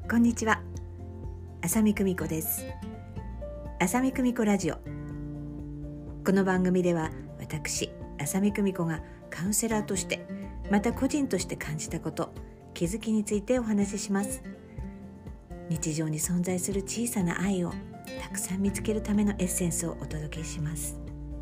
こんにちは、浅見久美子です。浅見久美子ラジオ。この番組では私浅見久美子がカウンセラーとしてまた個人として感じたこと、気づきについてお話しします。日常に存在する小さな愛をたくさん見つけるためのエッセンスをお届けします。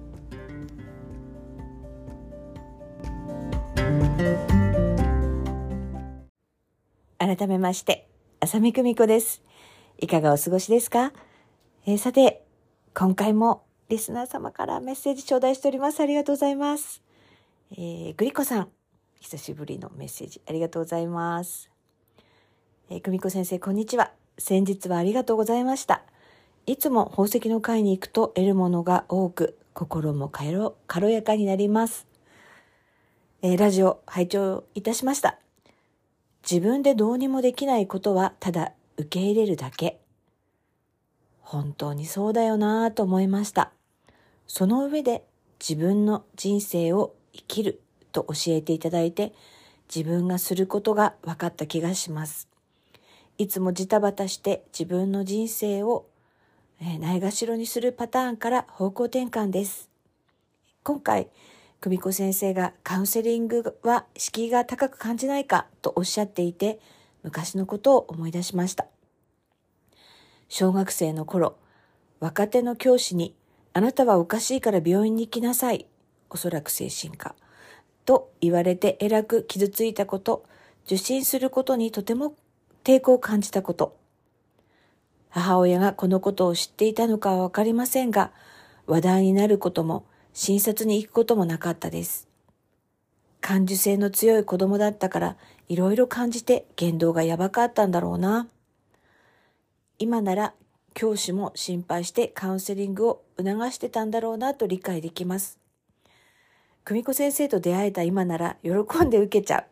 改めまして浅見久美子です。いかがお過ごしですか？さて、今回もリスナー様からメッセージ頂戴しております。ありがとうございます。グリコさん、久しぶりのメッセージありがとうございます。久美子先生、こんにちは。先日はありがとうございました。いつも宝石の会に行くと得るものが多く、心も軽やかになります。ラジオ拝聴いたしました。自分でどうにもできないことはただ受け入れるだけ。本当にそうだよなぁと思いました。その上で自分の人生を生きると教えていただいて、自分がすることが分かった気がします。いつもジタバタして自分の人生をないがしろにするパターンから方向転換です。今回、久美子先生がカウンセリングは敷居が高く感じないかとおっしゃっていて、昔のことを思い出しました。小学生の頃、若手の教師に、あなたはおかしいから病院に行きなさい。おそらく精神科。と言われてえらく傷ついたこと、受診することにとても抵抗を感じたこと。母親がこのことを知っていたのかはわかりませんが、話題になることも、診察に行くこともなかったです。感受性の強い子供だったからいろいろ感じて言動がやばかったんだろうな。今なら教師も心配してカウンセリングを促してたんだろうなと理解できます。久美子先生と出会えた今なら喜んで受けちゃ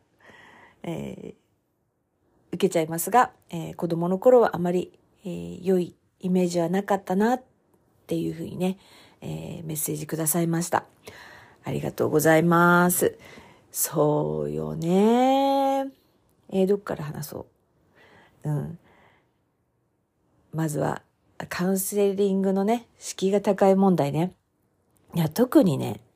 いますが、子供の頃はあまり、良いイメージはなかったなっていうふうにね、メッセージくださいました。ありがとうございます。そうよね。どっから話そう。まずはカウンセリングのね、敷居が高い問題ね。いや、特にね、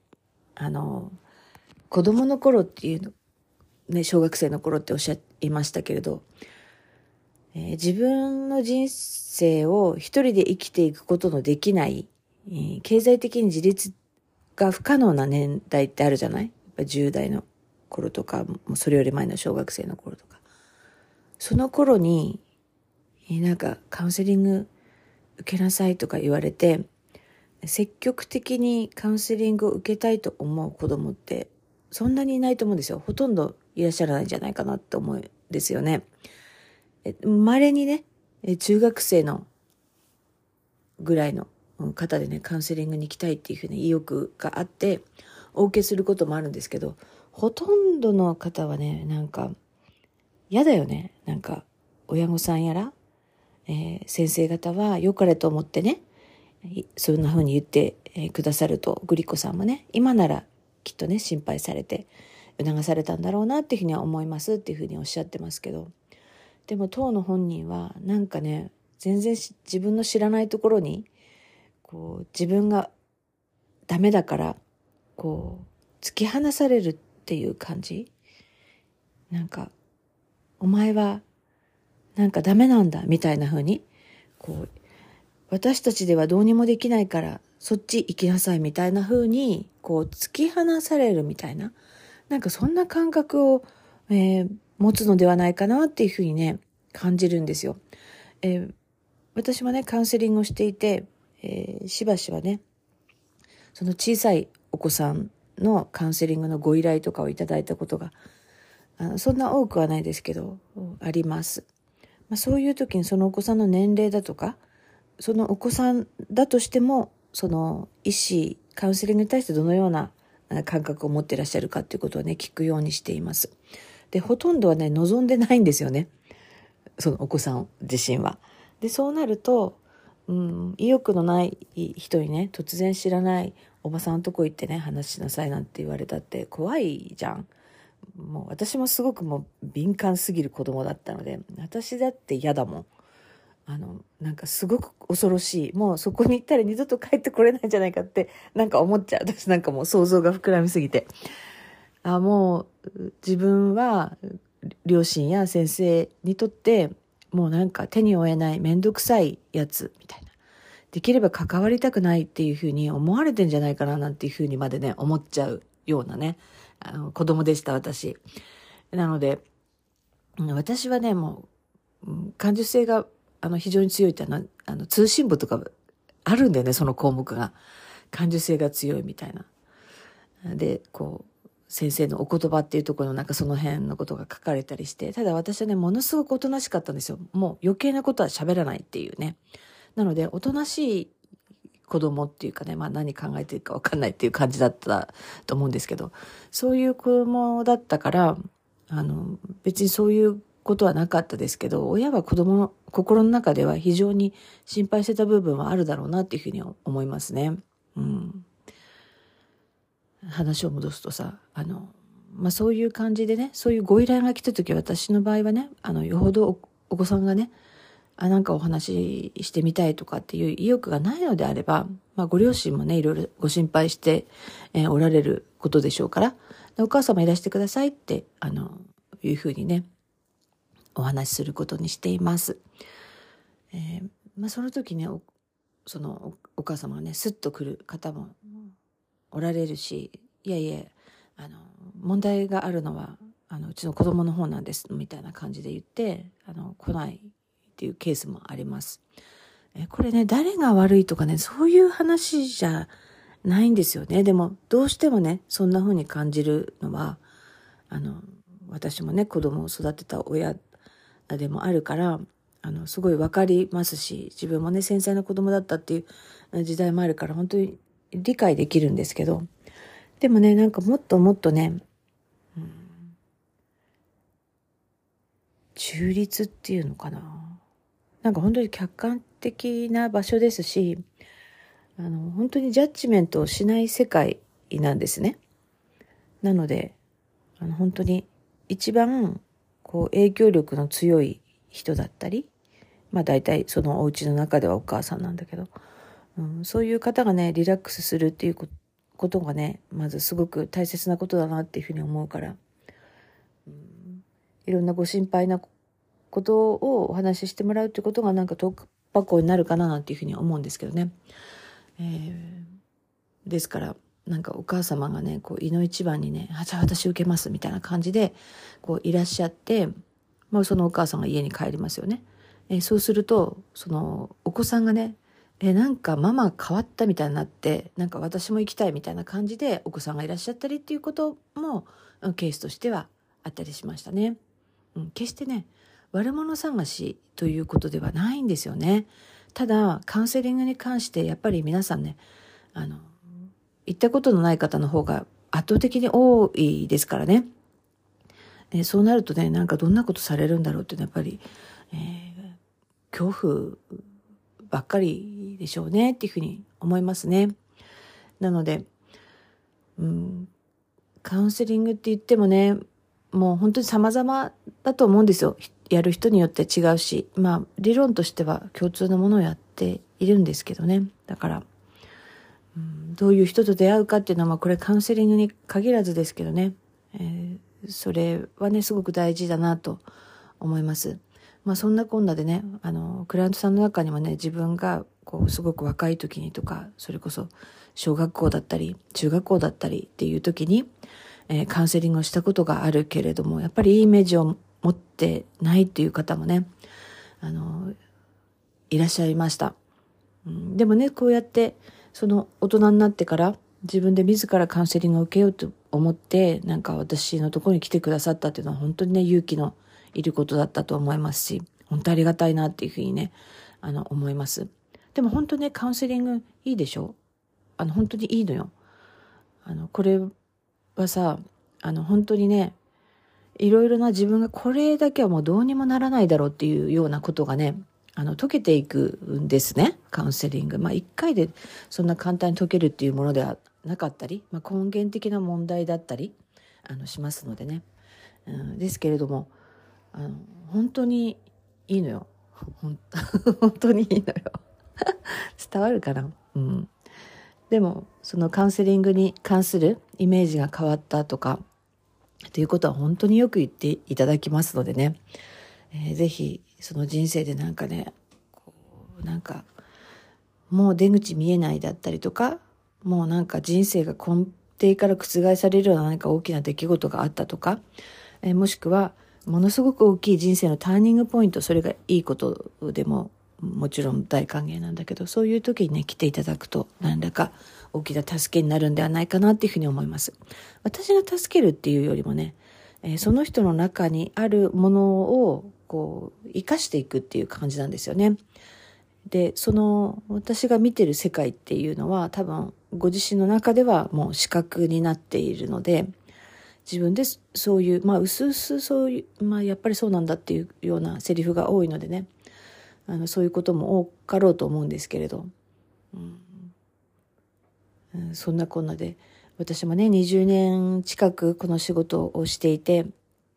子供の頃っていうの、ね、小学生の頃っておっしゃいましたけれど、自分の人生を一人で生きていくことのできない、経済的に自立が不可能な年代ってあるじゃない？やっぱ10代の頃とか、もうそれより前の小学生の頃とか。その頃に、なんかカウンセリング受けなさいとか言われて、積極的にカウンセリングを受けたいと思う子供ってそんなにいないと思うんですよ。ほとんどいらっしゃらないんじゃないかなって思うんですよね。稀にね、中学生のぐらいの方でね、カウンセリングに行きたいっていうふうな意欲があってお受けすることもあるんですけど、ほとんどの方はね、なんか嫌だよね。なんか親御さんやら、先生方は良かれと思ってね、そんな風に言ってくださると、グリコさんもね、今ならきっとね、心配されて促されたんだろうなっていうふうには思いますっていうふうにおっしゃってますけど、でも当の本人はなんかね、全然自分の知らないところにこう自分がダメだからこう突き放されるっていう感じ。なんかお前はなんかダメなんだみたいな風にこう私たちではどうにもできないからそっち行きなさいみたいな風にこう突き放されるみたいな、なんかそんな感覚を、持つのではないかなっていう風にね感じるんですよ。私もねカウンセリングをしていて、しばしばねその小さいお子さんのカウンセリングのご依頼とかをいただいたことがそんな多くはないですけどあります。そういう時にそのお子さんの年齢だとか、そのお子さんだとしてもその医師カウンセリングに対してどのような感覚を持っていらっしゃるかということをね聞くようにしています。でほとんどはね望んでないんですよね、そのお子さん自身は。でそうなると、意欲のない人にね突然知らないおばさんのとこ行ってね話しなさいなんて言われたって怖いじゃん。 もう私もすごくもう敏感すぎる子供だったので、私だって嫌だもん。なんかすごく恐ろしい。もうそこに行ったら二度と帰ってこれないんじゃないかってなんか思っちゃう。私なんかもう想像が膨らみすぎて。もう自分は両親や先生にとってもうなんか手に負えないめんどくさいやつみたいな。できれば関わりたくないっていうふうに思われてんじゃないかななんていうふうにまでね、思っちゃうようなね、子供でした私。なので、私はね、もう、感受性が非常に強いって通信部とかあるんだよね、その項目が。感受性が強いみたいな。で、先生のお言葉っていうところのなんかその辺のことが書かれたりして、ただ私はね、ものすごくおとなしかったんですよ。もう余計なことは喋らないっていうね。なので、おとなしい子供っていうかね、何考えてるか分かんないっていう感じだったと思うんですけど、そういう子供だったから、別にそういうことはなかったですけど、親は子供の心の中では非常に心配してた部分はあるだろうなっていうふうに思いますね。話を戻すとさ、そういう感じでね、そういうご依頼が来た時、私の場合はね、よほどお子さんがね、なんかお話ししてみたいとかっていう意欲がないのであれば、ご両親もね、いろいろご心配して、おられることでしょうから、お母様いらしてくださいって、いうふうにね、お話しすることにしています。その時ね、そのお母様がね、スッと来る方もおられるし、いやいや、問題があるのは、うちの子供の方なんです、みたいな感じで言って、来ないっていうケースもあります。これね、誰が悪いとかね、そういう話じゃないんですよね。でも、どうしてもね、そんな風に感じるのは、私もね、子供を育てた親でもあるから、すごいわかりますし、自分もね、繊細な子供だったっていう時代もあるから、本当に理解できるんですけど、でもね、なんかもっともっとね、中立っていうのかな。なんか本当に客観的な場所ですし、本当にジャッジメントをしない世界なんですね。なので、本当に一番影響力の強い人だったり、大体そのお家の中ではお母さんなんだけど、そういう方がね、リラックスするっていうことがね、まずすごく大切なことだなっていうふうに思うから、いろんなご心配なことをお話ししてもらうっていうことがなんか突破口になるかななんていうふうに思うんですけどね。ですからなんかお母様がね、胃の一番にね、じゃあ私受けますみたいな感じでいらっしゃって、そのお母さんが家に帰りますよね。そうするとそのお子さんがね、なんかママ変わったみたいになって、なんか私も行きたいみたいな感じでお子さんがいらっしゃったりっていうこともケースとしてはあったりしましたね。決してね、悪者探しということではないんですよね。ただカウンセリングに関してやっぱり皆さんね、行ったことのない方の方が圧倒的に多いですからね。そうなるとね、なんかどんなことされるんだろうっていうのはやっぱり、恐怖ばっかりでしょうねっていうふうに思いますね。なので、カウンセリングって言ってもね、もう本当に様々だと思うんですよ。やる人によって違うし、理論としては共通のものをやっているんですけどね。だから、どういう人と出会うかっていうのは、これカウンセリングに限らずですけどね。それはね、すごく大事だなと思います。そんなこんなでね、クライアントさんの中にもね、自分がすごく若い時にとか、それこそ小学校だったり中学校だったりっていう時に、カウンセリングをしたことがあるけれども、やっぱりいいイメージを持ってないっていう方もね、いらっしゃいました。でもね、こうやってその大人になってから自分で自らカウンセリングを受けようと思って、なんか私のところに来てくださったっていうのは本当にね、勇気のいることだったと思いますし、本当ありがたいなっていうふうにね、思います。でも本当ね、カウンセリングいいでしょ？本当にいいのよ。これはさ、本当にね、いろいろな自分がこれだけはもうどうにもならないだろうっていうようなことがね、解けていくんですね、カウンセリング。一回でそんな簡単に解けるっていうものではなかったり、根源的な問題だったり、 しますのでね、ですけれども本当にいいのよ本当にいいのよ伝わるかな。でもそのカウンセリングに関するイメージが変わったとかということは本当によく言っていただきますのでね、ぜひその人生でなんかねなんかもう出口見えないだったりとか、もうなんか人生が根底から覆されるような何か大きな出来事があったとか、もしくはものすごく大きい人生のターニングポイント、それがいいことでももちろん大歓迎なんだけど、そういう時にね来ていただくと何らか大きな助けになるんではないかなっていうふうに思います。私が助けるっていうよりもね、その人の中にあるものをこう生かしていくっていう感じなんですよね。で、その私が見てる世界っていうのは多分ご自身の中ではもう視覚になっているので、自分でそういう、薄々そういう、やっぱりそうなんだっていうようなセリフが多いのでね、そういうことも多かろうと思うんですけれど、そんなこんなで私もね20年近くこの仕事をしていて、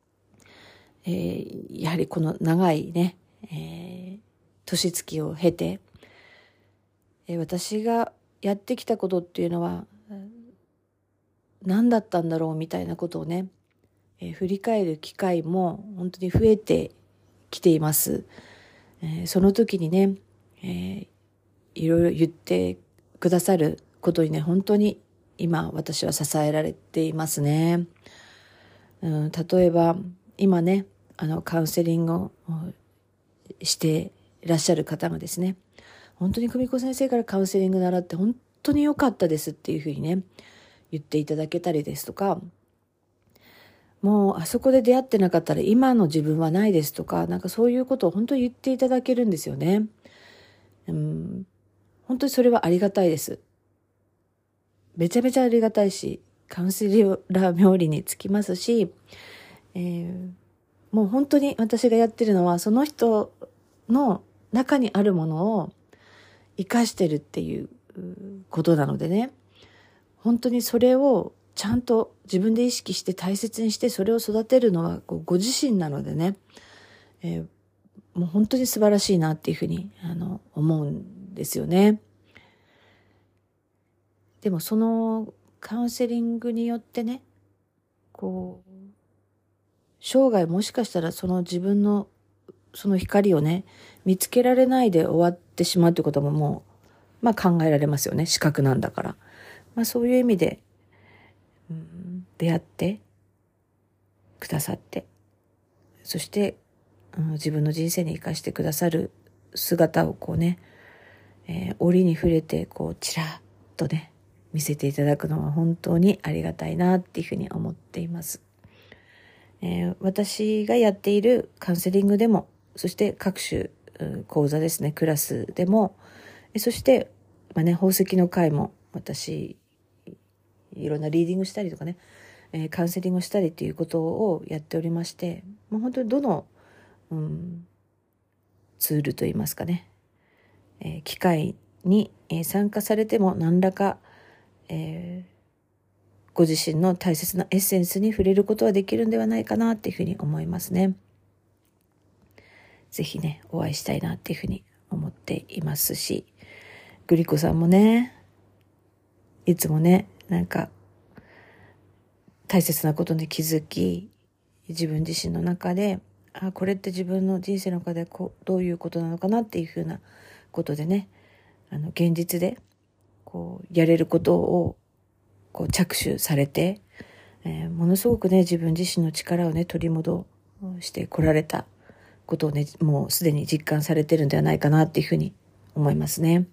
やはりこの長いね、年月を経て、私がやってきたことっていうのは何だったんだろうみたいなことをね、振り返る機会も本当に増えてきています。その時にね、いろいろ言ってくださることにね、本当に今私は支えられていますね。例えば今ね、カウンセリングをしていらっしゃる方がですね、本当に久美子先生からカウンセリング習って本当に良かったですっていうふうにね、言っていただけたりですとか、もうあそこで出会ってなかったら今の自分はないですとか、なんかそういうことを本当に言っていただけるんですよね。本当にそれはありがたいです。めちゃめちゃありがたいし、カウンセラー冥利につきますし、もう本当に私がやってるのはその人の中にあるものを生かしてるっていうことなのでね、本当にそれをちゃんと自分で意識して大切にしてそれを育てるのはご自身なのでね、もう本当に素晴らしいなっていうふうに思うんですよね。でもそのカウンセリングによってね、生涯もしかしたらその自分のその光をね見つけられないで終わってしまうってことももう考えられますよね。視覚なんだから、そういう意味で、出会ってくださって、そして、自分の人生に生かしてくださる姿を折に触れてちらっとね見せていただくのは本当にありがたいなっていうふうに思っています。私がやっているカウンセリングでも、そして各種講座ですね、クラスでも、そして、宝石の会も私いろんなリーディングしたりとかね、カウンセリングしたりっていうことをやっておりまして、本当にどの、ツールといいますかね、機会に、参加されても何らか、ご自身の大切なエッセンスに触れることはできるんではないかなっていうふうに思いますね。ぜひねお会いしたいなっていうふうに思っていますし、グリコさんもねいつもねなんか大切なことに気づき、自分自身の中でこれって自分の人生の中でどういうことなのかなっていうふうなことでね、現実でやれることを着手されて、ものすごくね自分自身の力をね取り戻してこられたことをねもうすでに実感されてるんではないかなっていうふうに思いますね。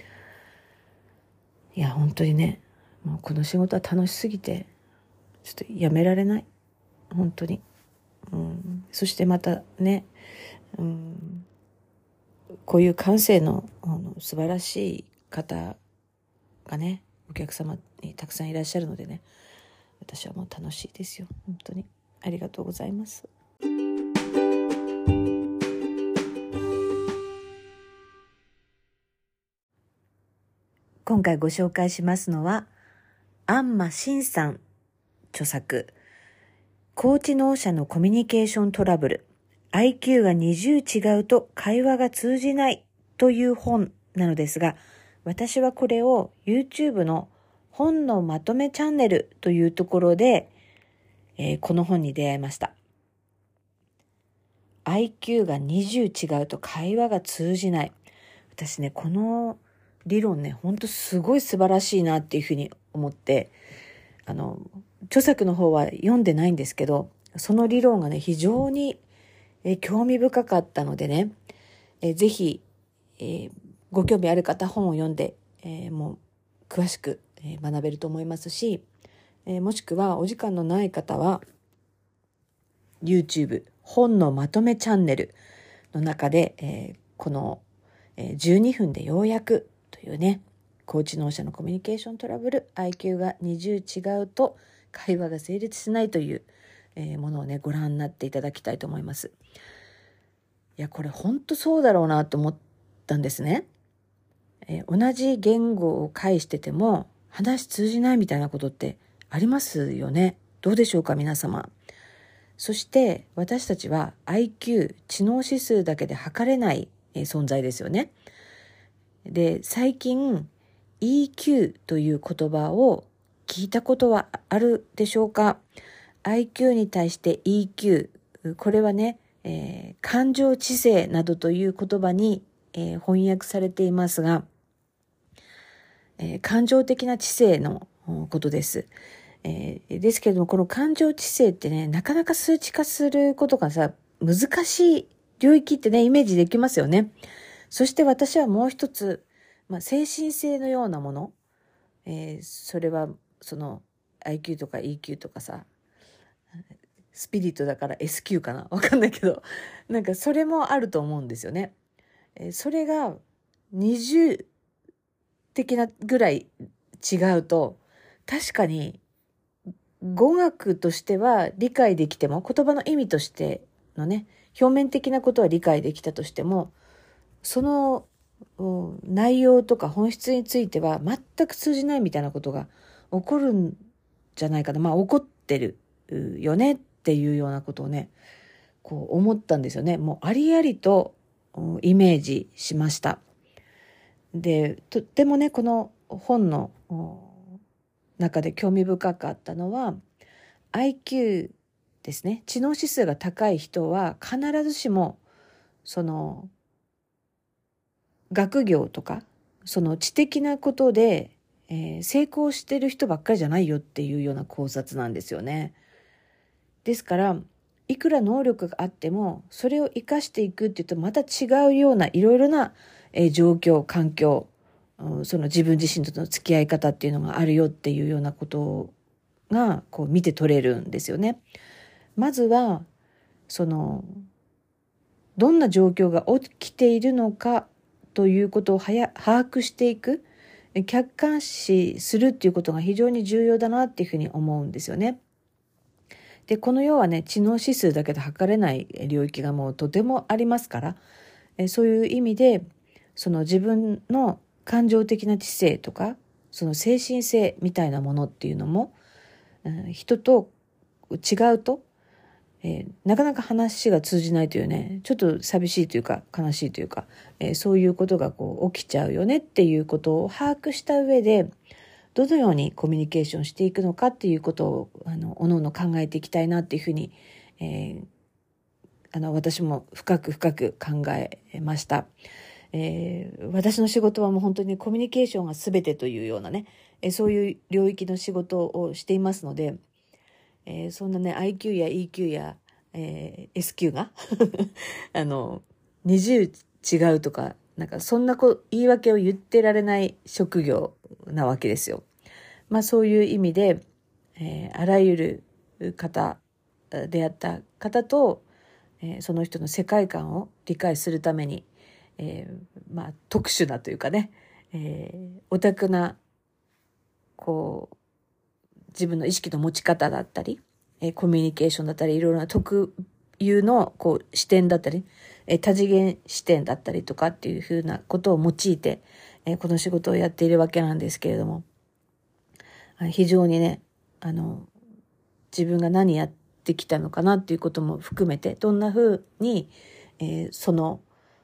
いや本当にね、もうこの仕事は楽しすぎてちょっとやめられない、本当に。そしてまたね、こういう感性の素晴らしい方がねお客様にたくさんいらっしゃるのでね、私はもう楽しいですよ。本当にありがとうございます。今回ご紹介しますのは安間伸さん著作、 高知納者のコミュニケーショントラブル。IQ が20違うと会話が通じないという本なのですが、私はこれを YouTube の本のまとめチャンネルというところで、この本に出会いました。IQ が20違うと会話が通じない。私ね、この理論ね、ほんとすごい素晴らしいなっていうふうに思って、著作の方は読んでないんですけど、その理論がね、非常に興味深かったのでね、ぜひ、ご興味ある方本を読んで、もう詳しく学べると思いますし、もしくはお時間のない方は YouTube 本のまとめチャンネルの中で、この12分でようやくというね、高知納者のコミュニケーショントラブル IQ が20違うと会話が成立しないという、ものをねご覧になっていただきたいと思います。いや、これ本当そうだろうなと思ったんですね。同じ言語を介してても話通じないみたいなことってありますよね。どうでしょうか皆様。そして私たちは IQ 知能指数だけで測れない存在ですよね。で、最近 EQ という言葉を聞いたことはあるでしょうか。 IQ に対して EQ、 これはね、感情知性などという言葉に、翻訳されていますが、感情的な知性のことです。ですけれども、この感情知性ってね、なかなか数値化することが難しい領域ってね、イメージできますよね。そして私はもう一つ、精神性のようなもの、それはその IQ とか EQ とかスピリットだから SQ かな、わかんないけど、なんかそれもあると思うんですよね。それが20的なぐらい違うと、確かに語学としては理解できても、言葉の意味としてのね、表面的なことは理解できたとしても、その内容とか本質については全く通じないみたいなことが起こるんじゃないかな。起こってるよねっていうようなことをね、こう思ったんですよね。もうありありとイメージしました。で、とってもね、この本の中で興味深かったのは IQ ですね。知能指数が高い人は必ずしもその学業とかその知的なことで、成功してる人ばっかりじゃないよっていうような考察なんですよね。ですからいくら能力があってもそれを生かしていくっていうとまた違うようないろいろな、状況環境、その自分自身との付き合い方っていうのがあるよっていうようなことがこう見て取れるんですよね。まずはそのどんな状況が起きているのかということを把握していく、客観視するっていうことが非常に重要だなっていうふうに思うんですよね。で、この世はね、知能指数だけで測れない領域がもうとてもありますから、そういう意味でその自分の感情的な知性とかその精神性みたいなものっていうのも、人と違うと、なかなか話が通じないというね、ちょっと寂しいというか悲しいというか、そういうことがこう起きちゃうよねっていうことを把握した上でどのようにコミュニケーションしていくのかっていうことをおのおの考えていきたいなっていうふうに、私も深く考えました。私の仕事はもう本当にコミュニケーションが全てというようなね、そういう領域の仕事をしていますので、そんなね IQ や EQ や、SQ が20違うとかなんかそんな言い訳を言ってられない職業なわけですよ。そういう意味で、あらゆる方出会った方と、その人の世界観を理解するために、特殊なというかね、オタクなこう自分の意識の持ち方だったり、コミュニケーションだったりいろいろな特有のこう視点だったり、多次元視点だったりとかっていうふうなことを用いて、この仕事をやっているわけなんですけれども、非常にね自分が何やっってきたのかなっていうことも含めて、どんな風に、その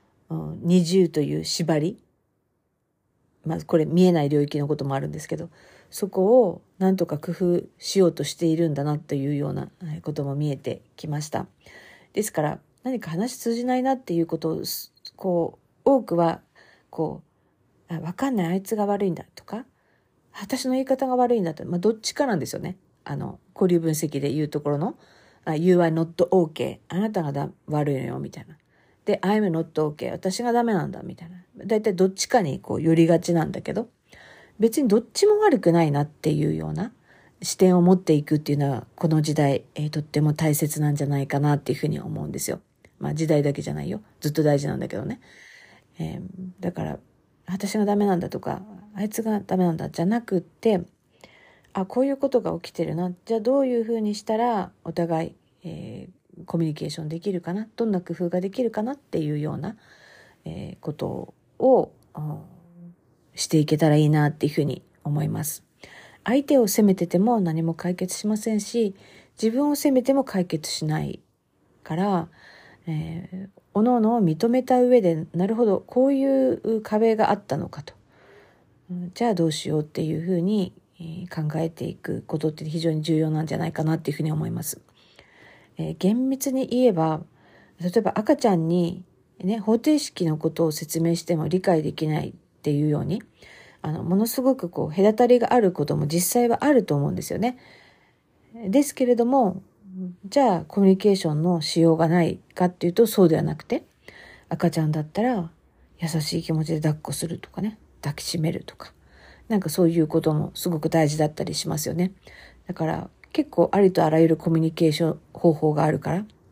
20という縛り、これ見えない領域のこともあるんですけど、そこをなんとか工夫しようとしているんだなというようなことも見えてきました。ですから何か話通じないなっていうことを多くは分かんない、あいつが悪いんだとか、私の言い方が悪いんだと、どっちかなんですよね。交流分析で言うところのYou are not okay、 あなたが悪いのよみたいな。で I'm not okay、 私がダメなんだみたいな。だいたいどっちかに寄りがちなんだけど、別にどっちも悪くないなっていうような視点を持っていくっていうのはこの時代、とっても大切なんじゃないかなっていうふうに思うんですよ。時代だけじゃないよ、ずっと大事なんだけどね。だから私がダメなんだとか、あいつがダメなんだじゃなくって、こういうことが起きてるな、じゃあどういうふうにしたらお互い、コミュニケーションできるかな、どんな工夫ができるかなっていうような、ことをしていけたらいいなっていうふうに思います。相手を責めてても何も解決しませんし、自分を責めても解決しないから、おのおのを認めた上で、なるほどこういう壁があったのかと、じゃあどうしようっていうふうに考えていくことって非常に重要なんじゃないかなっていうふうに思います。厳密に言えば、例えば赤ちゃんに方程式のことを説明しても理解できないっていうように、ものすごく隔たりがあることも実際はあると思うんですよね。ですけれども、じゃあコミュニケーションのしようがないかっていうとそうではなくて、赤ちゃんだったら優しい気持ちで抱っこするとかね、抱きしめるとか、そういうこともすごく大事だったりしますよね。だから結構ありとあらゆるコミュニケーション方法があるから、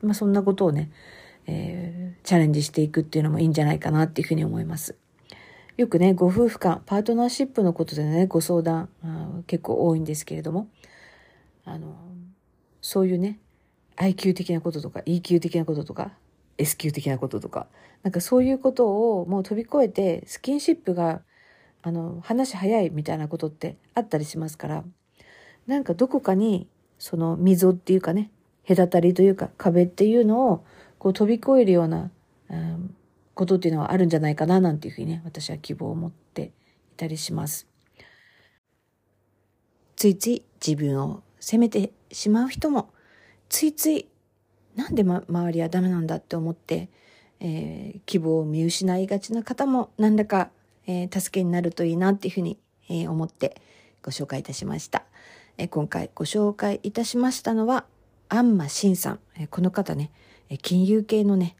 そんなことをね、チャレンジしていくっていうのもいいんじゃないかなっていうふうに思います。よくね、ご夫婦間、パートナーシップのことでね、ご相談結構多いんですけれども、そういうね、IQ 的なこととか EQ 的なこととか SQ 的なこととか、そういうことをもう飛び越えてスキンシップが話早いみたいなことってあったりしますから、どこかにその溝っていうかね、隔たりというか壁っていうのを飛び越えるような、ことっていうのはあるんじゃないかななんていうふうにね、私は希望を持っていたりします。ついつい自分を責めてしまう人も、ついついなんで、周りはダメなんだって思って、希望を見失いがちな方も何らか、助けになるといいなっていうふうに、思ってご紹介いたしました。今回ご紹介いたしましたのは安間真さん。この方ね、金融系のね、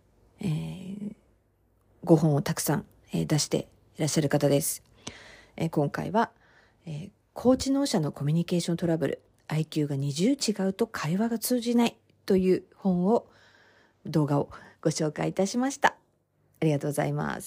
ご本をたくさん、出していらっしゃる方です。今回は、高知納者のコミュニケーショントラブル、IQ が20違うと会話が通じないという動画をご紹介いたしました。ありがとうございます。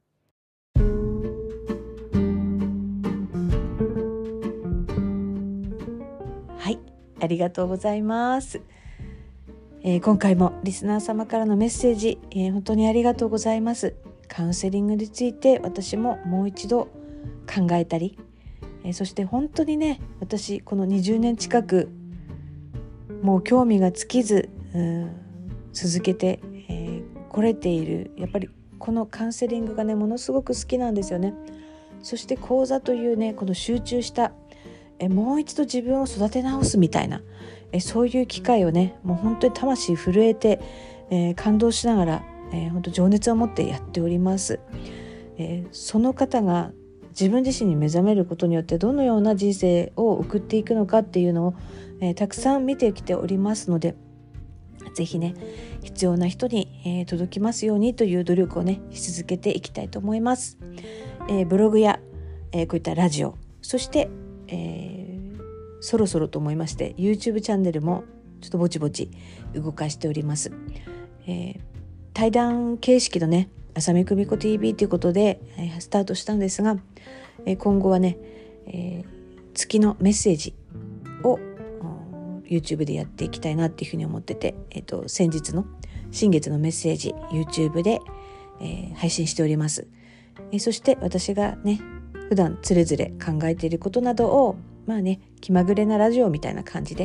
はい、ありがとうございます。今回もリスナー様からのメッセージ、本当にありがとうございます。カウンセリングについて私ももう一度考えたり、そして本当にね、私この20年近くもう興味が尽きず続けてこれている、やっぱりこのカウンセリングがね、ものすごく好きなんですよね。そして講座というね、この集中したもう一度自分を育て直すみたいな、そういう機会をね、もう本当に魂震えて、感動しながら、本当情熱を持ってやっております。その方が自分自身に目覚めることによってどのような人生を送っていくのかっていうのを、たくさん見てきておりますので、ぜひね、必要な人に、届きますようにという努力をね、し続けていきたいと思います。ブログや、こういったラジオ、そして、そろそろと思いまして YouTube チャンネルもちょっとぼちぼち動かしております。対談形式のね、あさみくびこ TV ということで、スタートしたんですが、今後はね、月のメッセージをYouTube でやっていきたいなっていうふうに思ってて、先日の新月のメッセージ YouTube で、配信しております。そして私がね、普段つれづれ考えていることなどを気まぐれなラジオみたいな感じで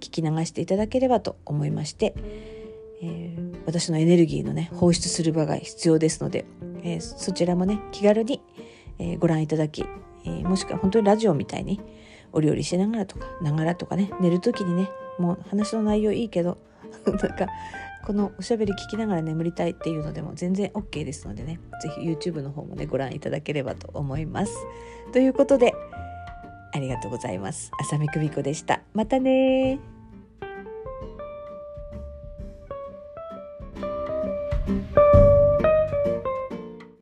聞き流していただければと思いまして、私のエネルギーのね放出する場が必要ですので、そちらもね気軽に、ご覧いただき、もしくは本当にラジオみたいにお料理しながらとかね、寝る時にね、もう話の内容いいけどなんかこのおしゃべり聞きながら眠りたいっていうのでも全然 OK ですのでね、ぜひ YouTube の方もねご覧いただければと思います。ということでありがとうございます。浅見久美子でした。またね。